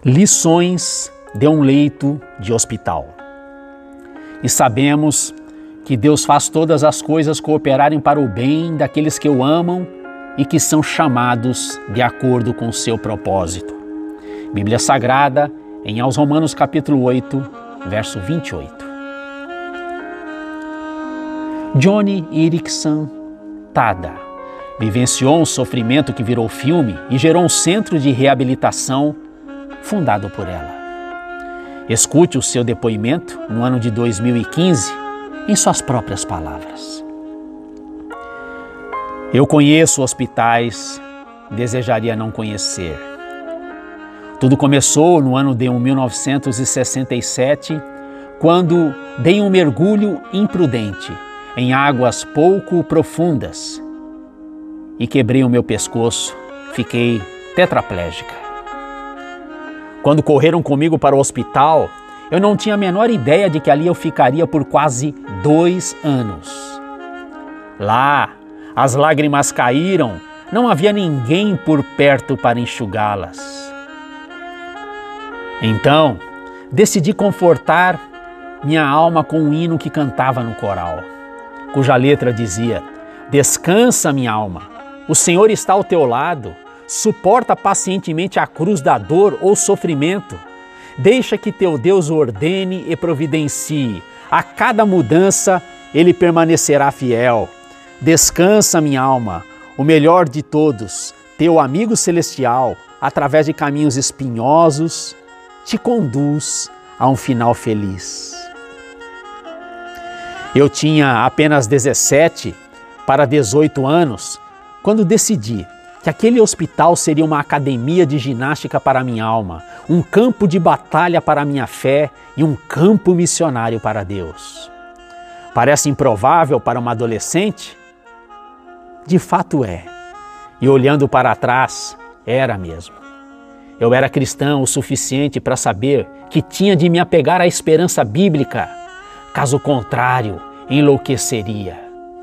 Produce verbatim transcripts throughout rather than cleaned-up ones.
Lições de um leito de hospital. E sabemos que Deus faz todas as coisas cooperarem para o bem daqueles que o amam e que são chamados de acordo com o seu propósito. Bíblia Sagrada, em aos Romanos capítulo oito, verso vinte e oito. Joni Eareckson Tada vivenciou um sofrimento que virou filme e gerou um centro de reabilitação fundado por ela. Escute o seu depoimento no ano de dois mil e quinze em suas próprias palavras. Eu conheço hospitais, desejaria não conhecer. Tudo começou no ano de mil novecentos e sessenta e sete, quando dei um mergulho imprudente em águas pouco profundas e quebrei o meu pescoço, fiquei tetraplégica. Quando correram comigo para o hospital, eu não tinha a menor ideia de que ali eu ficaria por quase dois anos. Lá, as lágrimas caíram, não havia ninguém por perto para enxugá-las. Então, decidi confortar minha alma com um hino que cantava no coral, cuja letra dizia: "Descansa, minha alma, o Senhor está ao teu lado. Suporta pacientemente a cruz da dor ou sofrimento. Deixa que teu Deus ordene e providencie. A cada mudança ele permanecerá fiel. Descansa, minha alma, o melhor de todos, teu amigo celestial, através de caminhos espinhosos, te conduz a um final feliz." Eu tinha apenas dezessete para dezoito anos quando decidi que aquele hospital seria uma academia de ginástica para a minha alma, um campo de batalha para a minha fé e um campo missionário para Deus. Parece improvável para uma adolescente? De fato é. E olhando para trás, era mesmo. Eu era cristão o suficiente para saber que tinha de me apegar à esperança bíblica. Caso contrário, enlouqueceria.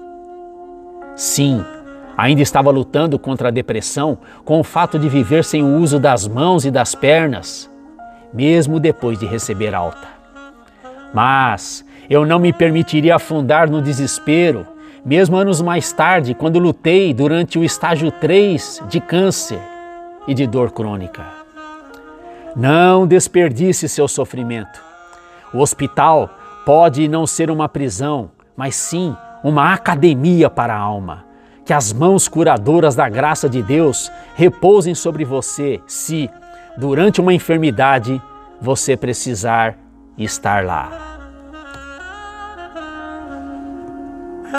Sim, ainda estava lutando contra a depressão com o fato de viver sem o uso das mãos e das pernas, mesmo depois de receber alta. Mas eu não me permitiria afundar no desespero, mesmo anos mais tarde, quando lutei durante o estágio três de câncer e de dor crônica. Não desperdice seu sofrimento. O hospital pode não ser uma prisão, mas sim uma academia para a alma. Que as mãos curadoras da graça de Deus repousem sobre você se, durante uma enfermidade, você precisar estar lá.